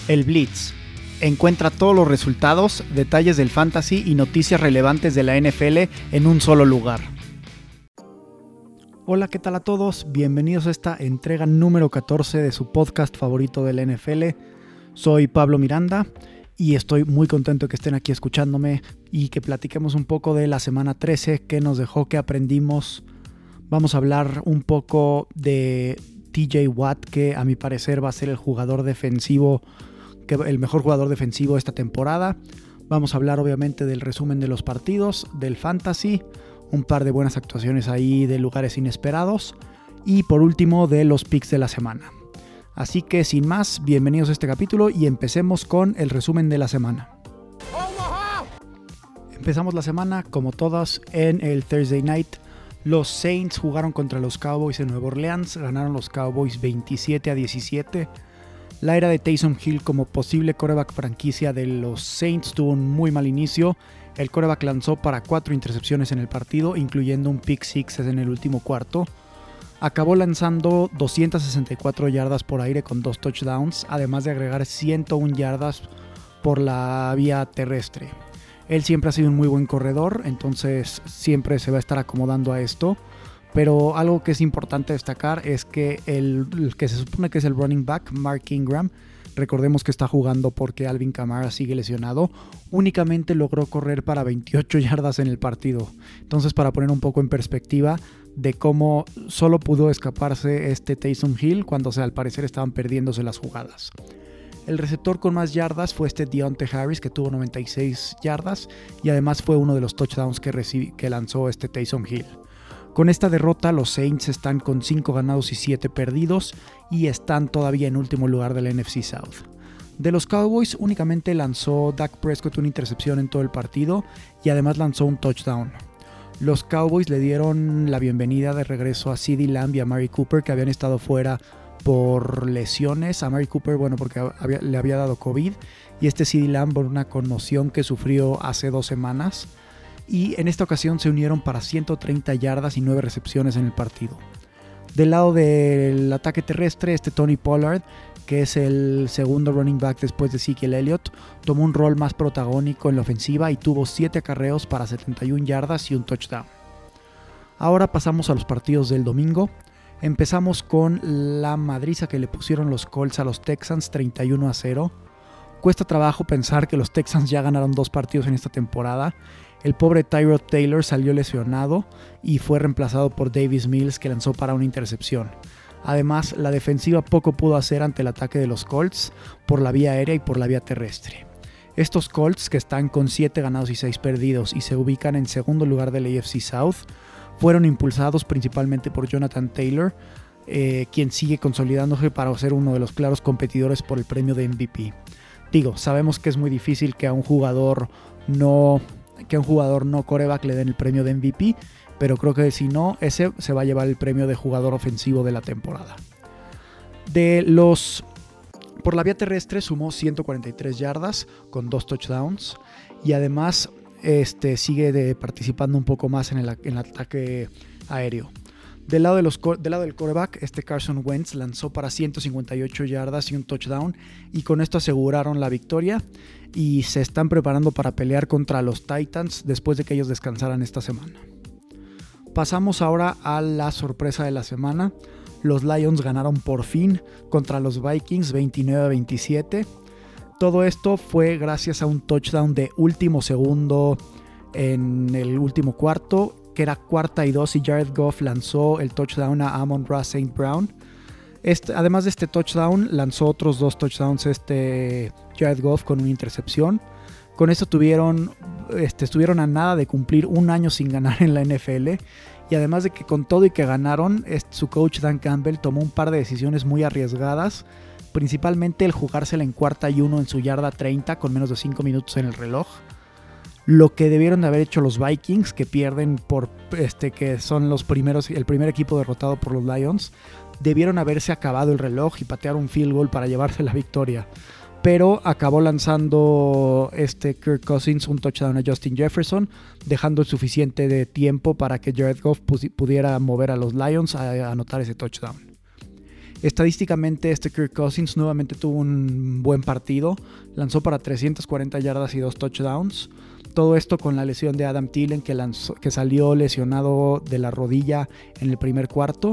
El Blitz. Encuentra todos los resultados, detalles del fantasy y noticias relevantes de la NFL en un solo lugar. Hola, ¿qué tal a todos? Bienvenidos a esta entrega número 14 de su podcast favorito de la NFL. Soy Pablo Miranda y estoy muy contento de que estén aquí escuchándome y que platiquemos un poco de la semana 13, qué nos dejó, qué aprendimos. Vamos a hablar un poco de TJ Watt, que a mi parecer va a ser el mejor jugador defensivo esta temporada. Vamos a hablar obviamente del resumen de los partidos, del fantasy, un par de buenas actuaciones ahí de lugares inesperados y por último de los picks de la semana. Así que sin más, bienvenidos a este capítulo y empecemos con el resumen de la semana. Empezamos la semana como todas en el Thursday Night. Los Saints jugaron contra los Cowboys en Nueva Orleans, ganaron los Cowboys 27-17. La era de Taysom Hill como posible quarterback franquicia de los Saints tuvo un muy mal inicio. El quarterback lanzó para 4 intercepciones en el partido, incluyendo un pick six en el último cuarto. Acabó lanzando 264 yardas por aire con 2 touchdowns, además de agregar 101 yardas por la vía terrestre. Él siempre ha sido un muy buen corredor, entonces siempre se va a estar acomodando a esto. Pero algo que es importante destacar es que el que se supone que es el running back, Mark Ingram, recordemos que está jugando porque Alvin Kamara sigue lesionado, únicamente logró correr para 28 yardas en el partido. Entonces, para poner un poco en perspectiva de cómo solo pudo escaparse Taysom Hill cuando al parecer estaban perdiéndose las jugadas. El receptor con más yardas fue Deontay Harris, que tuvo 96 yardas y además fue uno de los touchdowns que lanzó Taysom Hill. Con esta derrota, los Saints están con 5 ganados y 7 perdidos y están todavía en último lugar del NFC South. De los Cowboys, únicamente lanzó Dak Prescott una intercepción en todo el partido y además lanzó un touchdown. Los Cowboys le dieron la bienvenida de regreso a CeeDee Lamb y a Amari Cooper, que habían estado fuera por lesiones. A Amari Cooper, porque le había dado COVID, y CeeDee Lamb por una conmoción que sufrió hace 2 semanas. Y en esta ocasión se unieron para 130 yardas y 9 recepciones en el partido. Del lado del ataque terrestre, Tony Pollard, que es el segundo running back después de Ezekiel Elliott, tomó un rol más protagónico en la ofensiva y tuvo 7 acarreos para 71 yardas y un touchdown. Ahora pasamos a los partidos del domingo. Empezamos con la madriza que le pusieron los Colts a los Texans 31-0. Cuesta trabajo pensar que los Texans ya ganaron 2 partidos en esta temporada. El pobre Tyrod Taylor salió lesionado y fue reemplazado por Davis Mills, que lanzó para una intercepción. Además, la defensiva poco pudo hacer ante el ataque de los Colts por la vía aérea y por la vía terrestre. Estos Colts, que están con 7 ganados y 6 perdidos y se ubican en segundo lugar del AFC South, fueron impulsados principalmente por Jonathan Taylor, quien sigue consolidándose para ser uno de los claros competidores por el premio de MVP. Sabemos que es muy difícil que a un jugador no quarterback le den el premio de MVP, pero creo que si no, ese se va a llevar el premio de jugador ofensivo de la temporada. Por la vía terrestre sumó 143 yardas con 2 touchdowns y además sigue participando un poco más en el ataque aéreo. Del lado del quarterback, Carson Wentz lanzó para 158 yardas y un touchdown, y con esto aseguraron la victoria y se están preparando para pelear contra los Titans después de que ellos descansaran esta semana. Pasamos ahora a la sorpresa de la semana. Los Lions ganaron por fin contra los Vikings 29-27. Todo esto fue gracias a un touchdown de último segundo en el último cuarto, que era 4ª y 2, y Jared Goff lanzó el touchdown a Amon-Ra St. Brown. Además de este touchdown, lanzó otros 2 touchdowns Jared Goff con una intercepción. Con esto estuvieron a nada de cumplir 1 año sin ganar en la NFL. Y además de que con todo y que ganaron, su coach Dan Campbell tomó un par de decisiones muy arriesgadas, principalmente el jugársela en 4ª y 1 en su yarda 30 con menos de 5 minutos en el reloj. Lo que debieron de haber hecho los Vikings, que pierden que son el primer equipo derrotado por los Lions, debieron haberse acabado el reloj y patear un field goal para llevarse la victoria. Pero acabó lanzando Kirk Cousins un touchdown a Justin Jefferson, dejando el suficiente de tiempo para que Jared Goff pudiera mover a los Lions a anotar ese touchdown. Estadísticamente Kirk Cousins nuevamente tuvo un buen partido, lanzó para 340 yardas y 2 touchdowns. Todo esto con la lesión de Adam Thielen que salió lesionado de la rodilla en el primer cuarto.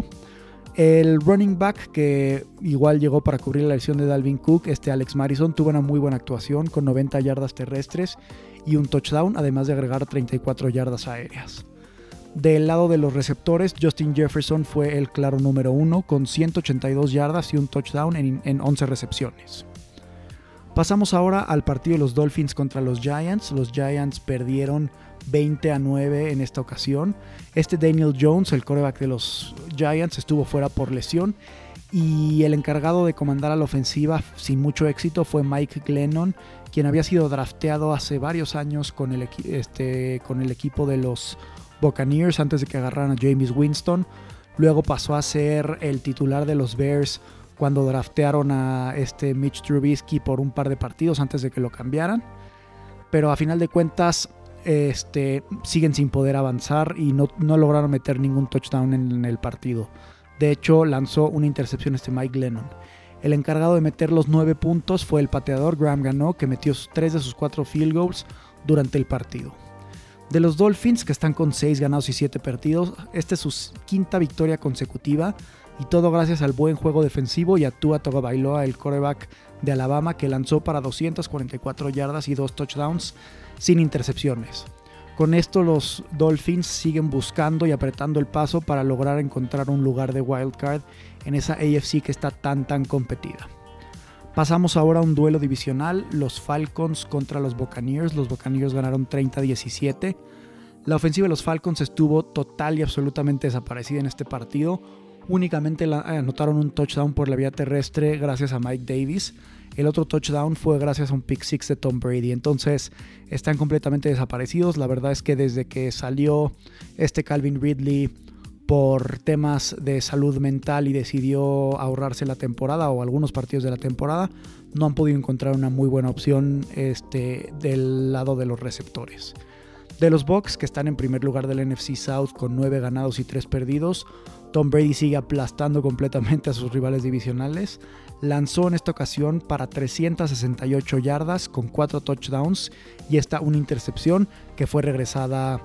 El running back que igual llegó para cubrir la lesión de Dalvin Cook, Alex Madison, tuvo una muy buena actuación con 90 yardas terrestres y un touchdown, además de agregar 34 yardas aéreas. Del lado de los receptores, Justin Jefferson fue el claro número 1 con 182 yardas y un touchdown en 11 recepciones. Pasamos ahora al partido de los Dolphins contra los Giants. Los Giants perdieron 20-9 en esta ocasión. Daniel Jones, el quarterback de los Giants, estuvo fuera por lesión y el encargado de comandar a la ofensiva sin mucho éxito fue Mike Glennon, quien había sido drafteado hace varios años con el equipo de los Buccaneers antes de que agarraran a Jameis Winston. Luego pasó a ser el titular de los Bears cuando draftearon a Mitch Trubisky por un par de partidos antes de que lo cambiaran. Pero a final de cuentas siguen sin poder avanzar y no lograron meter ningún touchdown en el partido. De hecho, lanzó una intercepción Mike Glennon. El encargado de meter los 9 puntos fue el pateador Graham Gano, que metió 3 de sus 4 field goals durante el partido. De los Dolphins, que están con 6 ganados y 7 perdidos, esta es su quinta victoria consecutiva y todo gracias al buen juego defensivo y a Tua Tagovailoa, el quarterback de Alabama, que lanzó para 244 yardas y 2 touchdowns sin intercepciones. Con esto los Dolphins siguen buscando y apretando el paso para lograr encontrar un lugar de wildcard en esa AFC que está tan competida. Pasamos ahora a un duelo divisional, los Falcons contra los Buccaneers. Los Buccaneers ganaron 30-17. La ofensiva de los Falcons estuvo total y absolutamente desaparecida en este partido. Únicamente anotaron un touchdown por la vía terrestre gracias a Mike Davis. El otro touchdown fue gracias a un pick six de Tom Brady. Entonces están completamente desaparecidos. La verdad es que desde que salió Calvin Ridley por temas de salud mental y decidió ahorrarse la temporada o algunos partidos de la temporada, no han podido encontrar una muy buena opción del lado de los receptores. De los Bucs, que están en primer lugar del NFC South con 9 ganados y 3 perdidos, Tom Brady sigue aplastando completamente a sus rivales divisionales. Lanzó en esta ocasión para 368 yardas con 4 touchdowns y una intercepción que fue regresada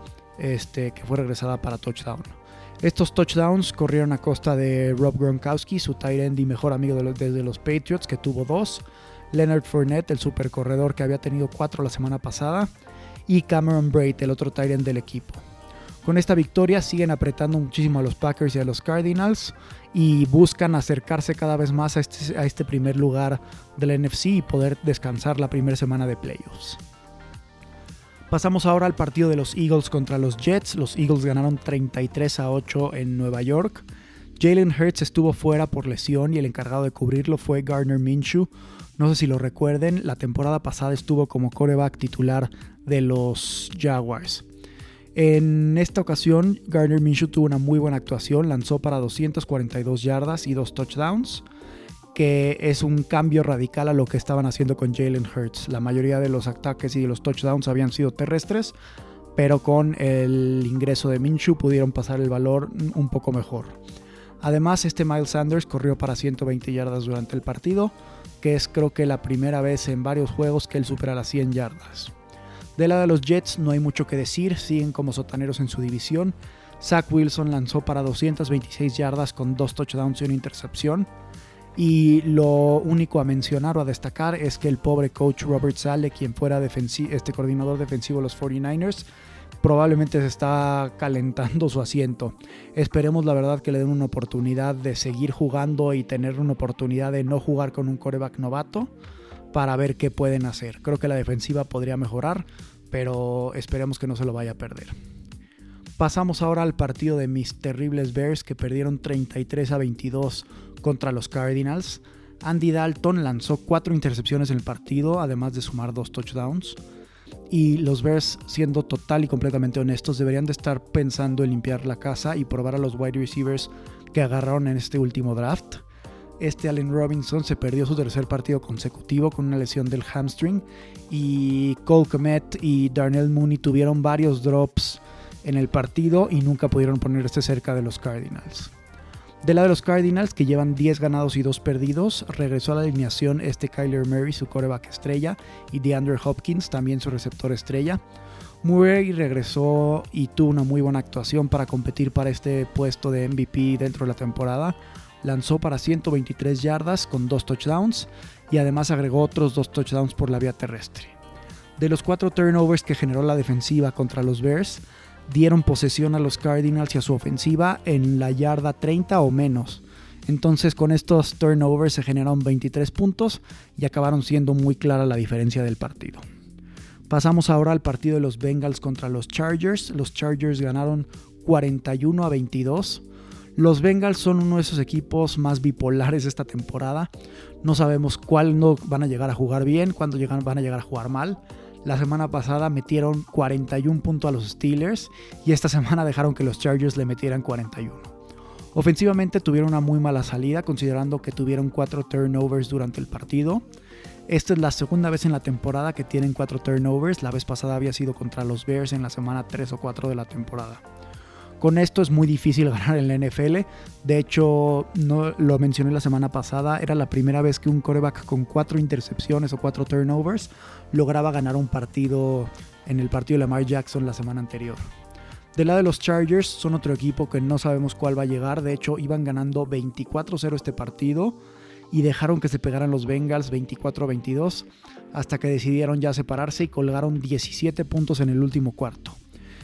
para touchdown. Estos touchdowns corrieron a costa de Rob Gronkowski, su tight end y mejor amigo desde los Patriots, que tuvo 2, Leonard Fournette, el supercorredor que había tenido 4 la semana pasada, y Cameron Brate, el otro tight end del equipo. Con esta victoria siguen apretando muchísimo a los Packers y a los Cardinals y buscan acercarse cada vez más a este primer lugar del NFC y poder descansar la primera semana de playoffs. Pasamos ahora al partido de los Eagles contra los Jets. Los Eagles ganaron 33-8 en Nueva York. Jalen Hurts estuvo fuera por lesión y el encargado de cubrirlo fue Gardner Minshew. No sé si lo recuerden, la temporada pasada estuvo como quarterback titular de los Jaguars. En esta ocasión, Gardner Minshew tuvo una muy buena actuación, lanzó para 242 yardas y 2 touchdowns, que es un cambio radical a lo que estaban haciendo con Jalen Hurts. La mayoría de los ataques y de los touchdowns habían sido terrestres, pero con el ingreso de Minshew pudieron pasar el valor un poco mejor. Además, Miles Sanders corrió para 120 yardas durante el partido, que es creo que la primera vez en varios juegos que él supera las 100 yardas. Del lado de los Jets no hay mucho que decir, siguen como sotaneros en su división. Zach Wilson lanzó para 226 yardas con 2 touchdowns y una intercepción. Y lo único a mencionar o a destacar es que el pobre coach Robert Saleh, quien fuera coordinador defensivo de los 49ers, probablemente se está calentando su asiento. Esperemos la verdad que le den una oportunidad de seguir jugando y tener una oportunidad de no jugar con un quarterback novato para ver qué pueden hacer. Creo que la defensiva podría mejorar, pero esperemos que no se lo vaya a perder. Pasamos ahora al partido de mis terribles Bears, que perdieron 33-22 contra los Cardinals. Andy Dalton lanzó 4 intercepciones en el partido, además de sumar 2 touchdowns. Y los Bears, siendo total y completamente honestos, deberían de estar pensando en limpiar la casa y probar a los wide receivers que agarraron en este último draft. Allen Robinson se perdió su tercer partido consecutivo con una lesión del hamstring, y Cole Kmet y Darnell Mooney tuvieron varios drops en el partido y nunca pudieron ponerse cerca de los Cardinals. Del lado de los Cardinals, que llevan 10 ganados y 2 perdidos, regresó a la alineación Kyler Murray, su quarterback estrella, y DeAndre Hopkins, también su receptor estrella. Murray regresó y tuvo una muy buena actuación para competir para este puesto de MVP dentro de la temporada. Lanzó para 123 yardas con 2 touchdowns y además agregó otros 2 touchdowns por la vía terrestre. De los 4 turnovers que generó la defensiva contra los Bears, dieron posesión a los Cardinals y a su ofensiva en la yarda 30 o menos. Entonces con estos turnovers se generaron 23 puntos y acabaron siendo muy clara la diferencia del partido. Pasamos ahora al partido de los Bengals contra los Chargers. Los Chargers ganaron 41-22. Los Bengals son uno de esos equipos más bipolares de esta temporada. No sabemos cuándo van a llegar a jugar bien, cuándo van a llegar a jugar mal. La semana pasada metieron 41 puntos a los Steelers y esta semana dejaron que los Chargers le metieran 41. Ofensivamente tuvieron una muy mala salida, considerando que tuvieron 4 turnovers durante el partido. Esta es la segunda vez en la temporada que tienen 4 turnovers. La vez pasada había sido contra los Bears en la semana 3 o 4 de la temporada. Con esto es muy difícil ganar en la NFL. De hecho, no lo mencioné la semana pasada, era la primera vez que un quarterback con 4 intercepciones o 4 turnovers lograba ganar un partido en el partido de Lamar Jackson la semana anterior. Del lado de los Chargers, son otro equipo que no sabemos cuál va a llegar. De hecho, iban ganando 24-0 este partido y dejaron que se pegaran los Bengals 24-22 hasta que decidieron ya separarse y colgaron 17 puntos en el último cuarto.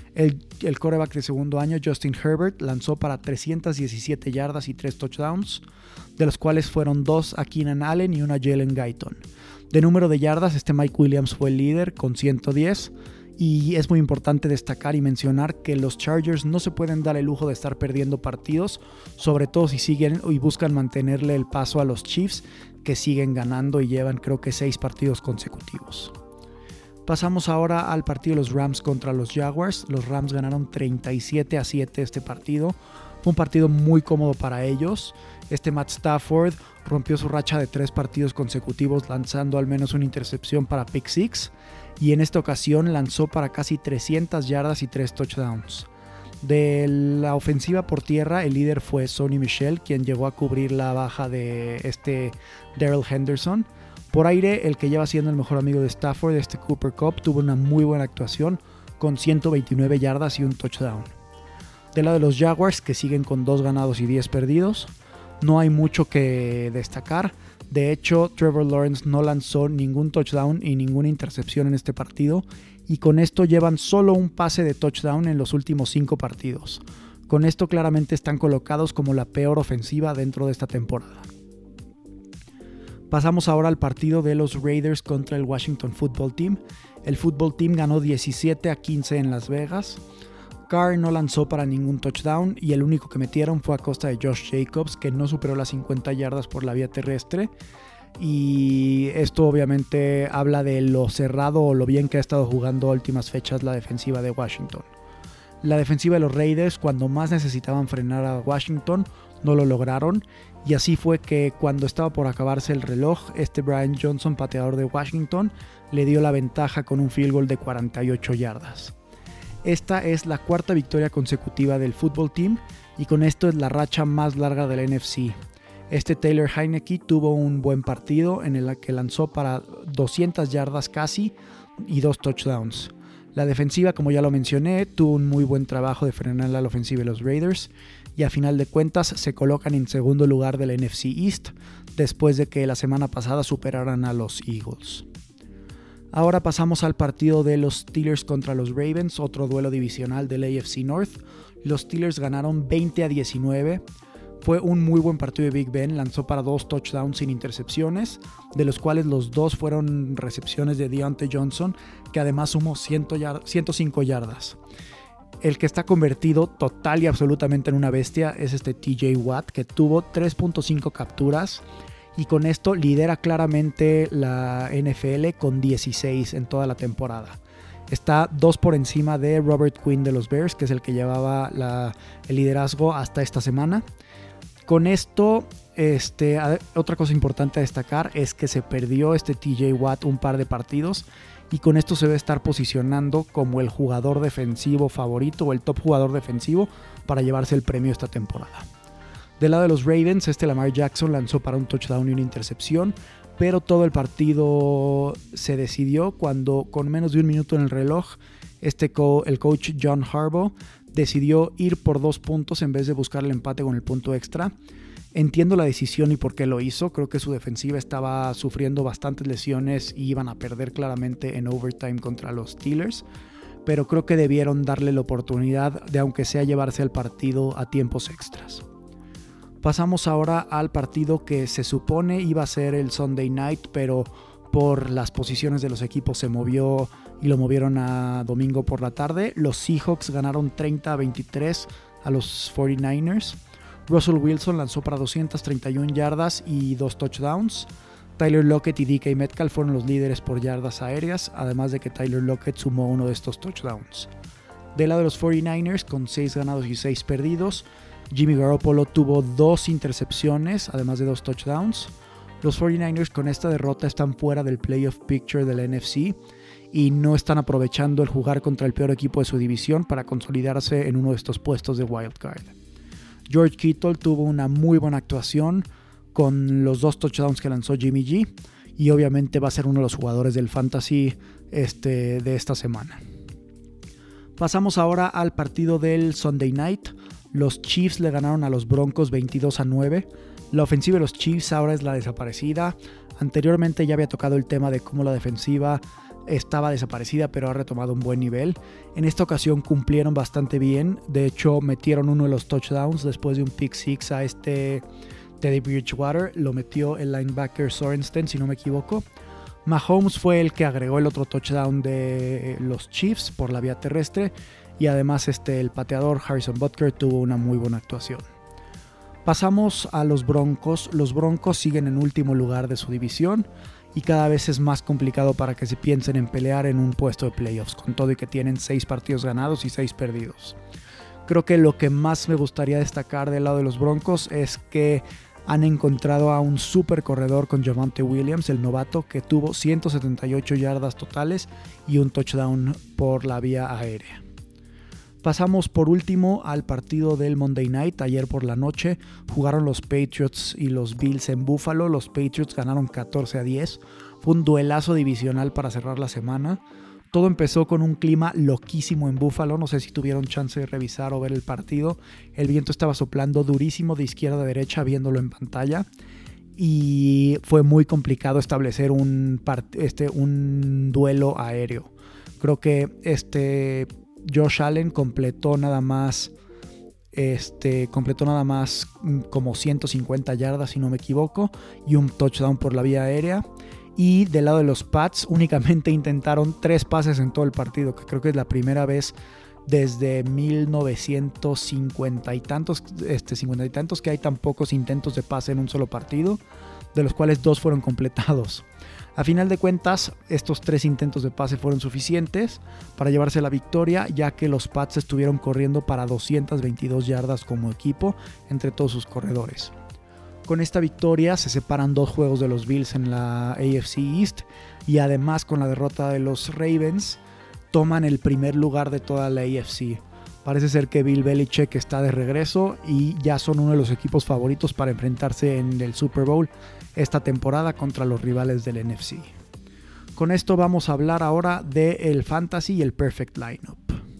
El quarterback de segundo año, Justin Herbert, lanzó para 317 yardas y 3 touchdowns, de los cuales fueron 2 a Keenan Allen y 1 a Jalen Guyton. De número de yardas, Mike Williams fue el líder con 110, y es muy importante destacar y mencionar que los Chargers no se pueden dar el lujo de estar perdiendo partidos, sobre todo si siguen y buscan mantenerle el paso a los Chiefs, que siguen ganando y llevan creo que 6 partidos consecutivos. Pasamos ahora al partido de los Rams contra los Jaguars. Los Rams ganaron 37-7 este partido. Fue un partido muy cómodo para ellos. Matt Stafford rompió su racha de 3 partidos consecutivos lanzando al menos una intercepción para pick six. Y en esta ocasión lanzó para casi 300 yardas y 3 touchdowns. De la ofensiva por tierra, el líder fue Sony Michel, quien llegó a cubrir la baja de Darrell Henderson. Por aire, el que lleva siendo el mejor amigo de Stafford, Cooper Kupp, tuvo una muy buena actuación con 129 yardas y un touchdown. Del lado de los Jaguars, que siguen con 2 ganados y 10 perdidos, no hay mucho que destacar. De hecho, Trevor Lawrence no lanzó ningún touchdown y ninguna intercepción en este partido, y con esto llevan solo un pase de touchdown en los últimos 5 partidos. Con esto claramente están colocados como la peor ofensiva dentro de esta temporada. Pasamos ahora al partido de los Raiders contra el Washington Football Team. El Football Team ganó 17-15 en Las Vegas. Carr no lanzó para ningún touchdown y el único que metieron fue a costa de Josh Jacobs, que no superó las 50 yardas por la vía terrestre. Y esto obviamente habla de lo cerrado o lo bien que ha estado jugando a últimas fechas la defensiva de Washington. La defensiva de los Raiders, cuando más necesitaban frenar a Washington, no lo lograron. Y así fue que cuando estaba por acabarse el reloj, Brian Johnson, pateador de Washington, le dio la ventaja con un field goal de 48 yardas. Esta es la 4ª victoria consecutiva del Football Team y con esto es la racha más larga de la NFC. Taylor Heinicke tuvo un buen partido en el que lanzó para 200 yardas casi y 2 touchdowns. La defensiva, como ya lo mencioné, tuvo un muy buen trabajo de frenar a la ofensiva de los Raiders y a final de cuentas se colocan en segundo lugar del NFC East después de que la semana pasada superaran a los Eagles. Ahora pasamos al partido de los Steelers contra los Ravens, otro duelo divisional del AFC North. Los Steelers ganaron 20-19. Fue un muy buen partido de Big Ben, lanzó para 2 touchdowns sin intercepciones, de los cuales los 2 fueron recepciones de Deontay Johnson, que además sumó 105 yardas. El que está convertido total y absolutamente en una bestia es TJ Watt, que tuvo 3.5 capturas y con esto lidera claramente la NFL con 16 en toda la temporada. Está 2 por encima de Robert Quinn de los Bears, que es el que llevaba el liderazgo hasta esta semana. Con esto, otra cosa importante a destacar es que se perdió TJ Watt un par de partidos y con esto se debe estar posicionando como el jugador defensivo favorito o el top jugador defensivo para llevarse el premio esta temporada. Del lado de los Ravens, Lamar Jackson lanzó para un touchdown y una intercepción, pero todo el partido se decidió cuando, con menos de un minuto en el reloj, el coach John Harbaugh decidió ir por 2 puntos en vez de buscar el empate con el punto extra. Entiendo la decisión y por qué lo hizo. Creo que su defensiva estaba sufriendo bastantes lesiones y iban a perder claramente en overtime contra los Steelers, pero creo que debieron darle la oportunidad de, aunque sea, llevarse el partido a tiempos extras. Pasamos ahora al partido que se supone iba a ser el Sunday Night, pero por las posiciones de los equipos se movió y lo movieron a domingo por la tarde. Los Seahawks ganaron 30-23 a los 49ers. Russell Wilson lanzó para 231 yardas y 2 touchdowns. Tyler Lockett y DK Metcalf fueron los líderes por yardas aéreas, además de que Tyler Lockett sumó uno de estos touchdowns. Del lado de los 49ers, con 6 ganados y 6 perdidos, Jimmy Garoppolo tuvo 2 intercepciones, además de 2 touchdowns. Los 49ers con esta derrota están fuera del playoff picture del NFC y no están aprovechando el jugar contra el peor equipo de su división para consolidarse en uno de estos puestos de wildcard. George Kittle tuvo una muy buena actuación con los 2 touchdowns que lanzó Jimmy G y obviamente va a ser uno de los jugadores del fantasy de esta semana. Pasamos ahora al partido del Sunday Night. Los Chiefs le ganaron a los Broncos 22-9. La ofensiva de los Chiefs ahora es la desaparecida. Anteriormente ya había tocado el tema de cómo la defensiva estaba desaparecida, pero ha retomado un buen nivel. En esta ocasión cumplieron bastante bien. De hecho, metieron uno de los touchdowns después de un pick six a Teddy Bridgewater. Lo metió el linebacker Sorensen, si no me equivoco. Mahomes fue el que agregó el otro touchdown de los Chiefs por la vía terrestre. Y además el pateador Harrison Butker tuvo una muy buena actuación. Pasamos a los Broncos. Los Broncos siguen en último lugar de su división y cada vez es más complicado para que se piensen en pelear en un puesto de playoffs, con todo y que tienen 6 partidos ganados y 6 perdidos. Creo que lo que más me gustaría destacar del lado de los Broncos es que han encontrado a un super corredor con Javonte Williams, el novato, que tuvo 178 yardas totales y un touchdown por la vía aérea. Pasamos por último al partido del Monday Night. Ayer por la noche jugaron los Patriots y los Bills en Buffalo. Los Patriots ganaron 14-10. Fue un duelazo divisional para cerrar la semana. Todo empezó con un clima loquísimo en Buffalo. No sé si tuvieron chance de revisar o ver el partido. El viento estaba soplando durísimo de izquierda a derecha, viéndolo en pantalla. Y fue muy complicado establecer un duelo aéreo. Creo que Josh Allen completó nada más como 150 yardas, si no me equivoco, y un touchdown por la vía aérea. Y del lado de los Pats únicamente intentaron 3 pases en todo el partido, que creo que es la primera vez desde 1950 y tantos que hay tan pocos intentos de pase en un solo partido, de los cuales 2 fueron completados. A final de cuentas, estos 3 intentos de pase fueron suficientes para llevarse la victoria, ya que los Pats estuvieron corriendo para 222 yardas como equipo entre todos sus corredores. Con esta victoria se separan 2 juegos de los Bills en la AFC East y además con la derrota de los Ravens toman el primer lugar de toda la AFC. Parece ser que Bill Belichick está de regreso y ya son uno de los equipos favoritos para enfrentarse en el Super Bowl esta temporada contra los rivales del NFC. Con esto vamos a hablar ahora del Fantasy y el Perfect Lineup.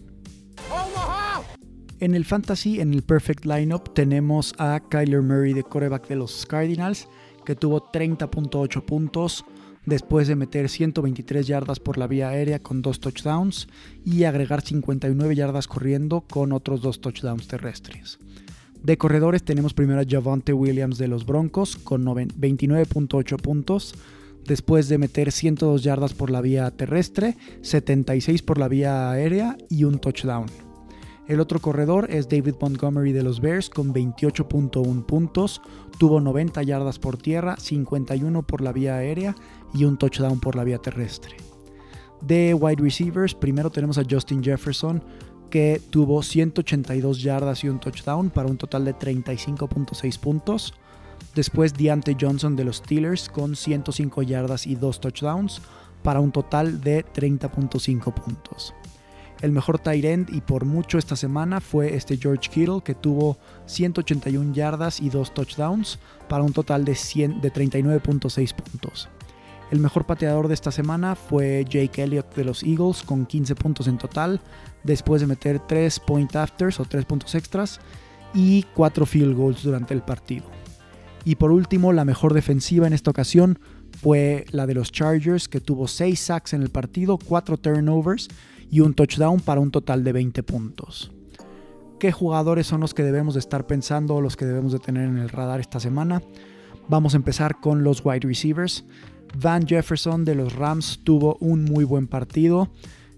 En el Fantasy, en el Perfect Lineup, tenemos a Kyler Murray de quarterback de los Cardinals, que tuvo 30.8 puntos después de meter 123 yardas por la vía aérea con 2 touchdowns y agregar 59 yardas corriendo con otros 2 touchdowns terrestres. De corredores tenemos primero a Javonte Williams de los Broncos con 29.8 puntos después de meter 102 yardas por la vía terrestre, 76 por la vía aérea y un touchdown. El otro corredor es David Montgomery de los Bears con 28.1 puntos, tuvo 90 yardas por tierra, 51 por la vía aérea y un touchdown por la vía terrestre. De wide receivers, primero tenemos a Justin Jefferson, que tuvo 182 yardas y un touchdown para un total de 35.6 puntos. Después Deontay Johnson de los Steelers con 105 yardas y 2 touchdowns para un total de 30.5 puntos. El mejor tight end y por mucho esta semana fue George Kittle, que tuvo 181 yardas y 2 touchdowns para un total de 39.6 puntos. El mejor pateador de esta semana fue Jake Elliott de los Eagles con 15 puntos en total, después de meter 3 point afters o 3 puntos extras y 4 field goals durante el partido. Y por último, la mejor defensiva en esta ocasión fue la de los Chargers, que tuvo 6 sacks en el partido, 4 turnovers y un touchdown para un total de 20 puntos. ¿Qué jugadores son los que debemos de estar pensando o los que debemos de tener en el radar esta semana? Vamos a empezar con los wide receivers. Van Jefferson de los Rams tuvo un muy buen partido.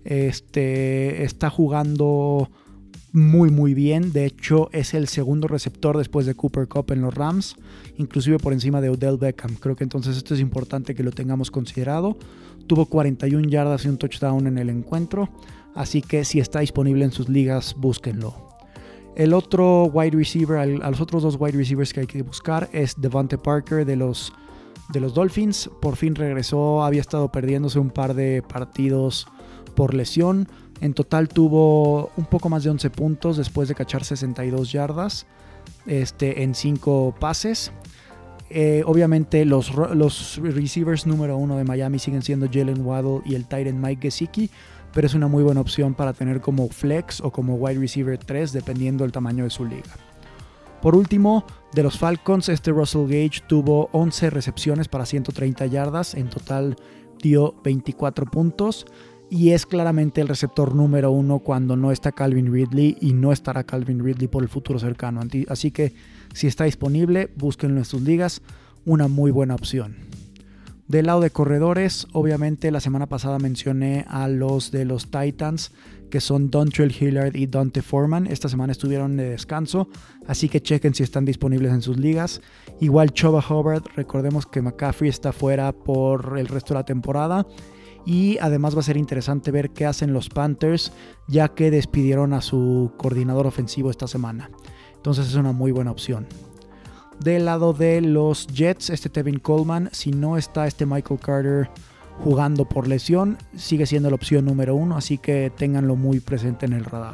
Está jugando muy bien. De hecho, es el segundo receptor después de Cooper Kupp en los Rams, inclusive por encima de Odell Beckham. Creo que entonces esto es importante que lo tengamos considerado. Tuvo 41 yardas y un touchdown en el encuentro, así que si está disponible en sus ligas, búsquenlo. El otro wide receiver, a los otros dos wide receivers que hay que buscar es Devontae Parker de los Dolphins. Por fin regresó, había estado perdiéndose un par de partidos por lesión. En total tuvo un poco más de 11 puntos después de cachar 62 yardas en 5 pases. Obviamente los receivers número 1 de Miami siguen siendo Jalen Waddle y el tight end Mike Gesicki, pero es una muy buena opción para tener como flex o como wide receiver 3 dependiendo del tamaño de su liga. Por último, de los Falcons, Russell Gage tuvo 11 recepciones para 130 yardas, en total dio 24 puntos y es claramente el receptor número 1 cuando no está Calvin Ridley, y no estará Calvin Ridley por el futuro cercano. Así que si está disponible, búsquenlo en sus ligas, una muy buena opción. Del lado de corredores, obviamente la semana pasada mencioné a los de los Titans, que son Dontrell Hilliard y Dante Foreman. Esta semana estuvieron de descanso, así que chequen si están disponibles en sus ligas. Igual Chuba Hubbard, recordemos que McCaffrey está fuera por el resto de la temporada. Y además va a ser interesante ver qué hacen los Panthers, ya que despidieron a su coordinador ofensivo esta semana. Entonces es una muy buena opción. Del lado de los Jets, Tevin Coleman, si no está Michael Carter jugando por lesión, sigue siendo la opción número 1, así que ténganlo muy presente en el radar.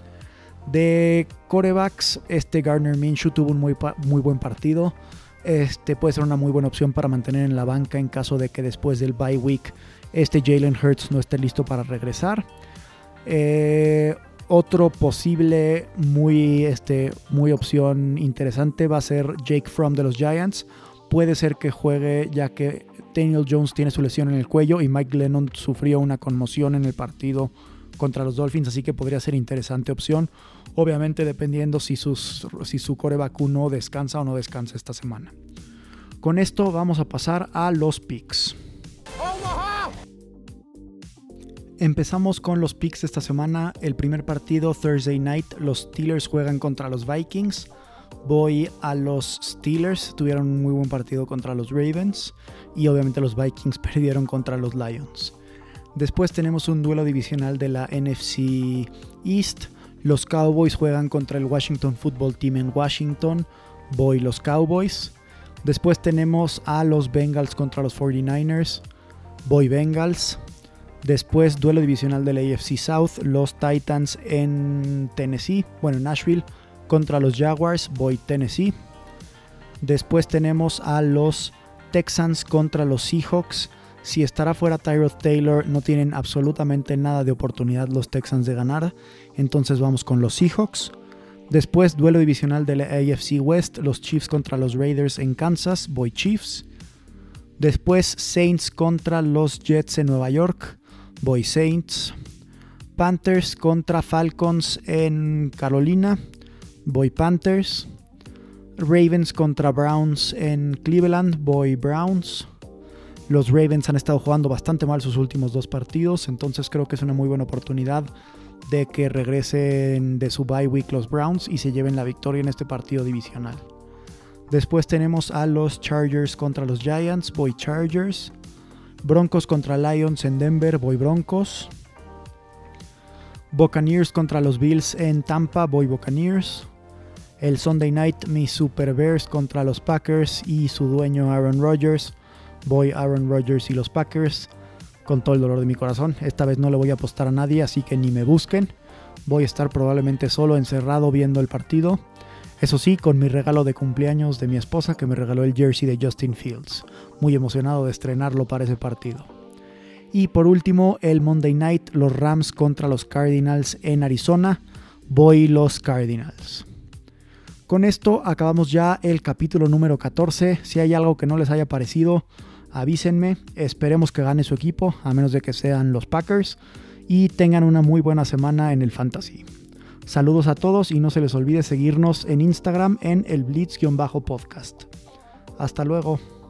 De quarterbacks, Gardner Minshew tuvo un muy buen partido. Puede ser una muy buena opción para mantener en la banca en caso de que después del bye week Jalen Hurts no esté listo para regresar. Otro posible muy opción interesante va a ser Jake Fromm de los Giants. Puede ser que juegue, ya que Daniel Jones tiene su lesión en el cuello y Mike Glennon sufrió una conmoción en el partido contra los Dolphins, así que podría ser interesante opción. Obviamente dependiendo si su quarterback no descansa o no descansa esta semana. Con esto vamos a pasar a los picks. Empezamos con los picks de esta semana. El primer partido, Thursday Night, los Steelers juegan contra los Vikings. Voy a los Steelers, tuvieron un muy buen partido contra los Ravens y obviamente los Vikings perdieron contra los Lions. Después tenemos un duelo divisional de la NFC East. Los Cowboys juegan contra el Washington Football Team en Washington. Voy los Cowboys. Después tenemos a los Bengals contra los 49ers. Voy Bengals. Después duelo divisional de la AFC South, los Titans en Nashville contra los Jaguars, voy Tennessee. Después tenemos a los Texans contra los Seahawks. Si estará fuera Tyrod Taylor, no tienen absolutamente nada de oportunidad los Texans de ganar, entonces vamos con los Seahawks. Después duelo divisional de la AFC West, los Chiefs contra los Raiders en Kansas, voy Chiefs. Después Saints contra los Jets en Nueva York, voy Saints. Panthers contra Falcons en Carolina, voy Panthers. Ravens contra Browns en Cleveland, voy Browns. Los Ravens han estado jugando bastante mal sus últimos 2 partidos, entonces creo que es una muy buena oportunidad de que regresen de su bye week los Browns y se lleven la victoria en este partido divisional. Después tenemos a los Chargers contra los Giants, voy Chargers. Broncos contra Lions en Denver, voy Broncos. Buccaneers contra los Bills en Tampa, voy Buccaneers. El Sunday Night, mis Super Bears contra los Packers y su dueño Aaron Rodgers, voy Aaron Rodgers y los Packers. con todo el dolor de mi corazón. Esta vez no le voy a apostar a nadie, así que ni me busquen. Voy a estar probablemente solo encerrado viendo el partido. Eso sí, con mi regalo de cumpleaños de mi esposa, que me regaló el jersey de Justin Fields. Muy emocionado de estrenarlo para ese partido. Y por último, el Monday Night, los Rams contra los Cardinals en Arizona. Voy los Cardinals. Con esto acabamos ya el capítulo número 14. Si hay algo que no les haya parecido, avísenme. Esperemos que gane su equipo, a menos de que sean los Packers. Y tengan una muy buena semana en el Fantasy. Saludos a todos y no se les olvide seguirnos en Instagram en el Blitz-podcast. Hasta luego.